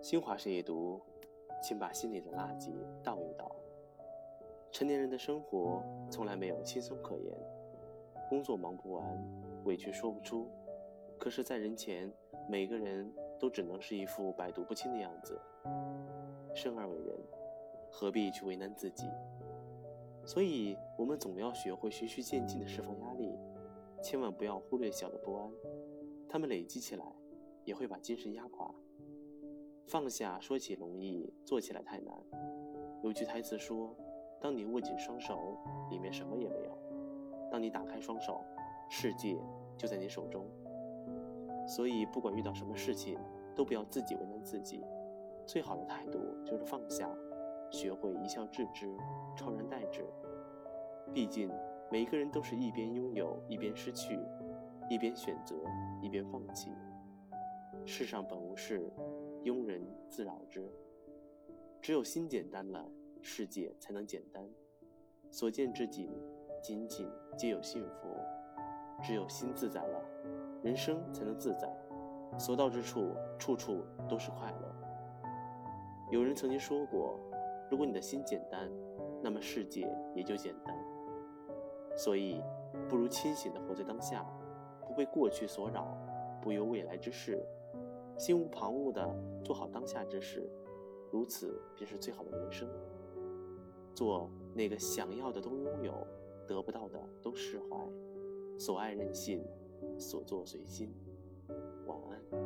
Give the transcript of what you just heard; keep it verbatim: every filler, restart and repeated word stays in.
新华社阅读，请把心里的垃圾倒一倒。成年人的生活从来没有轻松可言，工作忙不完，委屈说不出，可是在人前，每个人都只能是一副百毒不侵的样子。生而为人，何必去为难自己？所以我们总要学会循序渐进地释放压力，千万不要忽略小的不安，它们累积起来也会把精神压垮。放下说起容易，做起来太难。有句台词说，当你握紧双手，里面什么也没有；当你打开双手，世界就在你手中。所以不管遇到什么事情，都不要自己为难自己，最好的态度就是放下，学会一笑置之，超然待之。毕竟每一个人都是一边拥有一边失去，一边选择一边放弃。世上本无事，庸人自扰之。只有心简单了，世界才能简单。所见之景，仅仅皆有幸福。只有心自在了，人生才能自在。所到之处，处处都是快乐。有人曾经说过，如果你的心简单，那么世界也就简单。所以不如清醒地活在当下，不被过去所扰，不忧未来之事，心无旁骛地做好当下之事，如此便是最好的人生。做那个想要的都拥有，得不到的都释怀，所爱任性，所作随心。晚安。